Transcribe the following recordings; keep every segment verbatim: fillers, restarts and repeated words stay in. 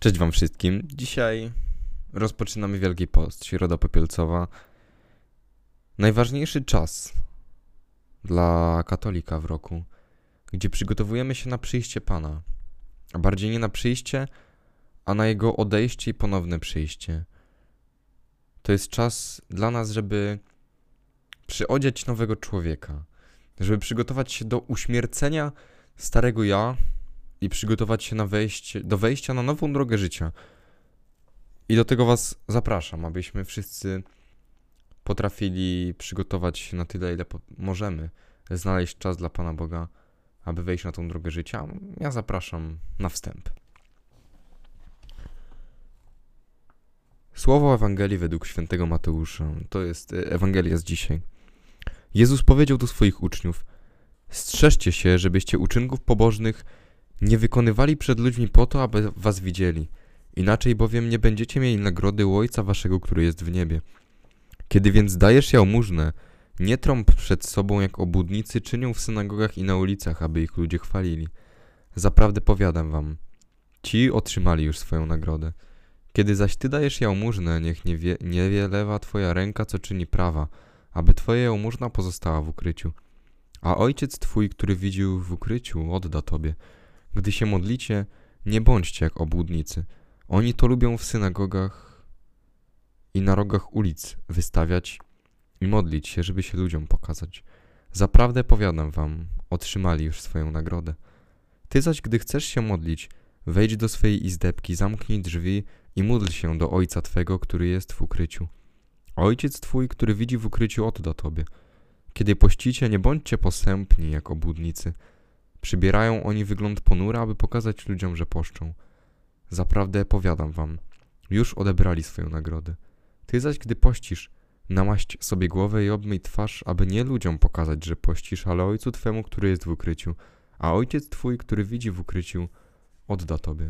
Cześć wam wszystkim. Dzisiaj rozpoczynamy Wielki Post, Środa Popielcowa. Najważniejszy czas dla katolika w roku, gdzie przygotowujemy się na przyjście Pana. A bardziej nie na przyjście, a na Jego odejście i ponowne przyjście. To jest czas dla nas, żeby przyodziać nowego człowieka. Żeby przygotować się do uśmiercenia starego ja i przygotować się na wejście, do wejścia na nową drogę życia. I do tego was zapraszam, abyśmy wszyscy potrafili przygotować się na tyle, ile po- możemy, znaleźć czas dla Pana Boga, aby wejść na tą drogę życia. Ja zapraszam na wstęp. Słowo Ewangelii według świętego Mateusza. To jest e, Ewangelia z dzisiaj. Jezus powiedział do swoich uczniów: strzeżcie się, żebyście uczynków pobożnych nie wykonywali przed ludźmi po to, aby was widzieli. Inaczej bowiem nie będziecie mieli nagrody u Ojca waszego, który jest w niebie. Kiedy więc dajesz jałmużnę, nie trąb przed sobą, jak obłudnicy czynią w synagogach i na ulicach, aby ich ludzie chwalili. Zaprawdę powiadam wam, ci otrzymali już swoją nagrodę. Kiedy zaś ty dajesz jałmużnę, niech nie, wie, nie wielewa twoja ręka, co czyni prawa, aby twoja jałmużna pozostała w ukryciu. A Ojciec twój, który widził w ukryciu, odda tobie. Gdy się modlicie, nie bądźcie jak obłudnicy. Oni to lubią w synagogach i na rogach ulic wystawiać i modlić się, żeby się ludziom pokazać. Zaprawdę powiadam wam, otrzymali już swoją nagrodę. Ty zaś, gdy chcesz się modlić, wejdź do swej izdebki, zamknij drzwi i módl się do Ojca twego, który jest w ukryciu. A Ojciec twój, który widzi w ukryciu, odda tobie. Kiedy pościcie, nie bądźcie posępni jak obłudnicy. Przybierają oni wygląd ponury, aby pokazać ludziom, że poszczą. Zaprawdę powiadam wam, już odebrali swoją nagrodę. Ty zaś, gdy pościsz, namaść sobie głowę i obmyj twarz, aby nie ludziom pokazać, że pościsz, ale Ojcu twemu, który jest w ukryciu. A Ojciec twój, który widzi w ukryciu, odda tobie.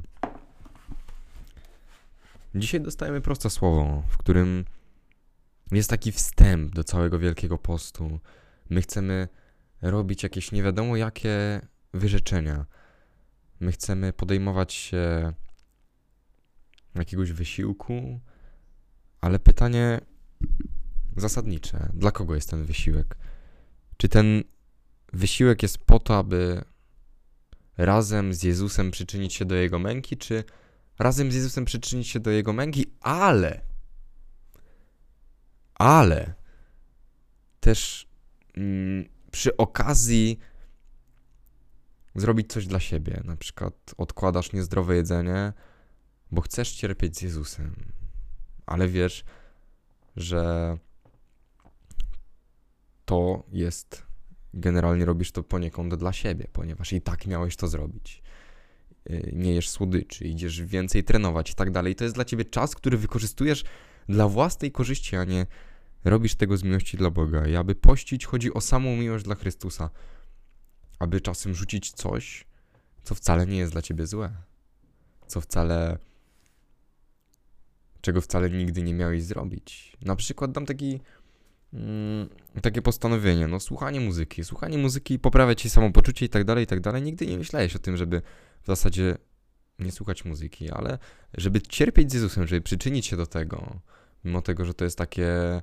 Dzisiaj dostajemy proste słowo, w którym jest taki wstęp do całego Wielkiego Postu. My chcemy robić jakieś nie wiadomo jakie wyrzeczenia. My chcemy podejmować się jakiegoś wysiłku, ale pytanie zasadnicze, dla kogo jest ten wysiłek? Czy ten wysiłek jest po to, aby razem z Jezusem przyczynić się do Jego męki, czy razem z Jezusem przyczynić się do Jego męki, ale ale też mm, przy okazji zrobić coś dla siebie. Na przykład odkładasz niezdrowe jedzenie, bo chcesz cierpieć z Jezusem, ale wiesz, że to jest, generalnie robisz to poniekąd dla siebie, ponieważ i tak miałeś to zrobić. Nie jesz słodyczy, idziesz więcej trenować i tak dalej. To jest dla ciebie czas, który wykorzystujesz dla własnej korzyści, a nie robisz tego z miłości dla Boga. I aby pościć, chodzi o samą miłość dla Chrystusa. Aby czasem rzucić coś, co wcale nie jest dla ciebie złe. Co wcale... czego wcale nigdy nie miałeś zrobić. Na przykład dam taki... Mm, takie postanowienie. No słuchanie muzyki. Słuchanie muzyki poprawia ci samopoczucie i tak dalej, i tak dalej. Nigdy nie myślałeś o tym, żeby w zasadzie nie słuchać muzyki, ale żeby cierpieć z Jezusem, żeby przyczynić się do tego, mimo tego, że to jest takie,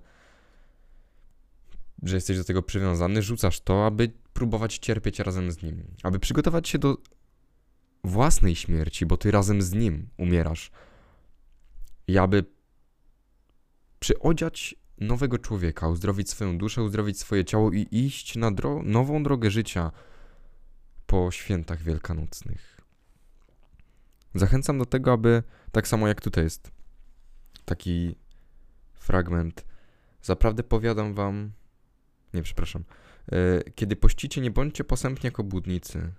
że jesteś do tego przywiązany, rzucasz to, aby próbować cierpieć razem z Nim, aby przygotować się do własnej śmierci, bo Ty razem z Nim umierasz i aby przyodziać nowego człowieka, uzdrowić swoją duszę, uzdrowić swoje ciało i iść na dro- nową drogę życia po świętach wielkanocnych. Zachęcam do tego, aby, tak samo jak tutaj jest taki fragment, zaprawdę powiadam wam, nie, przepraszam, yy, kiedy pościcie, nie bądźcie posępni jak obłudnicy.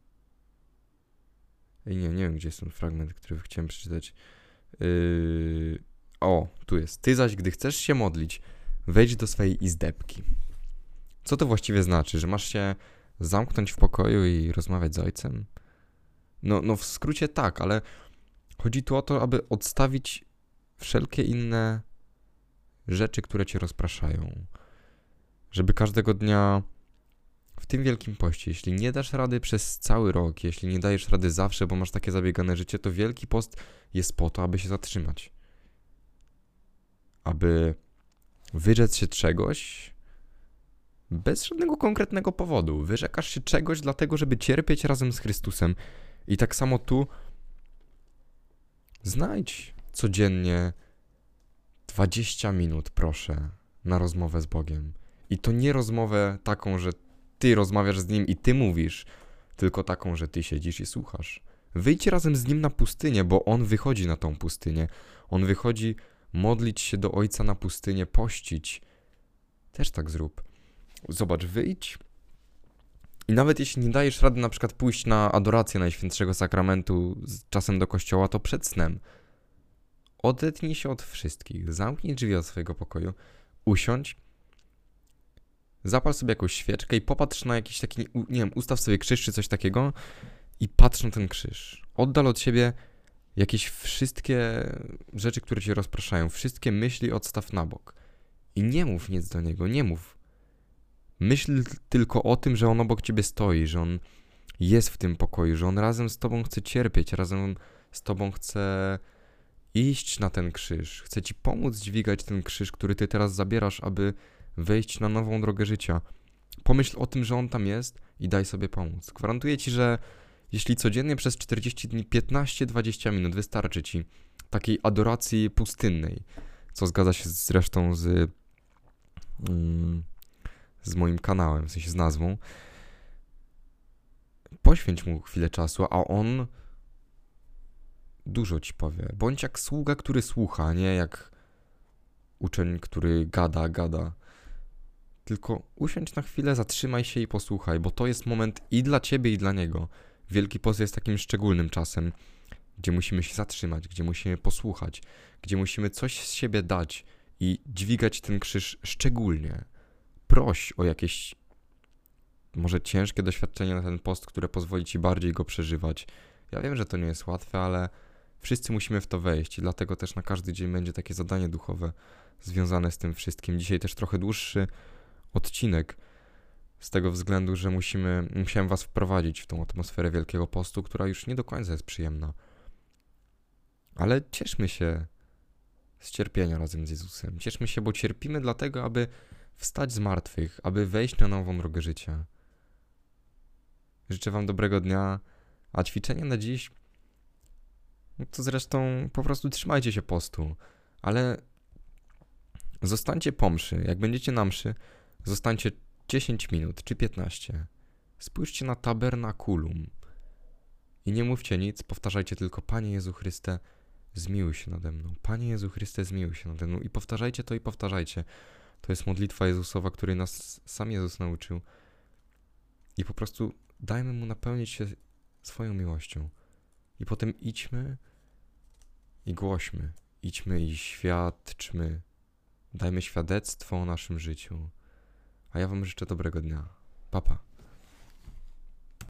I nie, nie wiem, gdzie jest ten fragment, który chciałem przeczytać. Yy, o, tu jest. Ty zaś, gdy chcesz się modlić, wejdź do swojej izdebki. Co to właściwie znaczy? Że masz się zamknąć w pokoju i rozmawiać z Ojcem? No, no w skrócie tak, ale chodzi tu o to, aby odstawić wszelkie inne rzeczy, które cię rozpraszają. Żeby każdego dnia w tym Wielkim Poście, jeśli nie dasz rady przez cały rok, jeśli nie dajesz rady zawsze, bo masz takie zabiegane życie, to Wielki Post jest po to, aby się zatrzymać. Aby wyrzec się czegoś bez żadnego konkretnego powodu. Wyrzekasz się czegoś dlatego, żeby cierpieć razem z Chrystusem. I tak samo tu znajdź codziennie dwadzieścia minut, proszę, na rozmowę z Bogiem. I to nie rozmowę taką, że ty rozmawiasz z Nim i ty mówisz, tylko taką, że ty siedzisz i słuchasz. Wyjdź razem z Nim na pustynię, bo On wychodzi na tą pustynię. On wychodzi modlić się do Ojca na pustynię, pościć. Też tak zrób. Zobacz, wyjdź i nawet jeśli nie dajesz rady na przykład pójść na adorację Najświętszego Sakramentu z czasem do kościoła, to przed snem odetnij się od wszystkich, zamknij drzwi od swojego pokoju, usiądź, zapal sobie jakąś świeczkę i popatrz na jakiś taki, nie wiem, ustaw sobie krzyż czy coś takiego i patrz na ten krzyż. Oddal od siebie jakieś wszystkie rzeczy, które cię rozpraszają, wszystkie myśli odstaw na bok. I nie mów nic do niego, nie mów. Myśl tylko o tym, że on obok ciebie stoi, że on jest w tym pokoju, że on razem z tobą chce cierpieć, razem z tobą chce iść na ten krzyż, chce ci pomóc dźwigać ten krzyż, który ty teraz zabierasz, aby wejść na nową drogę życia. Pomyśl o tym, że on tam jest i daj sobie pomóc. Gwarantuję ci, że jeśli codziennie przez czterdzieści dni piętnaście dwadzieścia minut wystarczy ci takiej adoracji pustynnej, co zgadza się zresztą z, mm, z moim kanałem, w sensie z nazwą, poświęć mu chwilę czasu, a on dużo ci powie. Bądź jak sługa, który słucha, nie jak uczeń, który gada, gada. Tylko usiądź na chwilę, zatrzymaj się i posłuchaj, bo to jest moment i dla ciebie, i dla niego. Wielki Post jest takim szczególnym czasem, gdzie musimy się zatrzymać, gdzie musimy posłuchać, gdzie musimy coś z siebie dać i dźwigać ten krzyż szczególnie. Proś o jakieś może ciężkie doświadczenie na ten post, które pozwoli ci bardziej go przeżywać. Ja wiem, że to nie jest łatwe, ale wszyscy musimy w to wejść i dlatego też na każdy dzień będzie takie zadanie duchowe związane z tym wszystkim. Dzisiaj też trochę dłuższy odcinek z tego względu, że musimy, musiałem was wprowadzić w tą atmosferę Wielkiego Postu, która już nie do końca jest przyjemna. Ale cieszmy się z cierpienia razem z Jezusem. Cieszmy się, bo cierpimy dlatego, aby wstać z martwych, aby wejść na nową drogę życia. Życzę wam dobrego dnia, a ćwiczenie na dziś, no to zresztą po prostu trzymajcie się postu, ale zostańcie po mszy. Jak będziecie na mszy, zostańcie dziesięć minut czy piętnaście. Spójrzcie na tabernakulum i nie mówcie nic, powtarzajcie tylko: Panie Jezu Chryste, zmiłuj się nade mną. Panie Jezu Chryste, zmiłuj się nade mną. I powtarzajcie to i powtarzajcie. To jest modlitwa Jezusowa, której nas sam Jezus nauczył. I po prostu dajmy Mu napełnić się swoją miłością. I potem idźmy i głośmy. Idźmy i świadczmy. Dajmy świadectwo o naszym życiu. A ja wam życzę dobrego dnia. Pa, pa.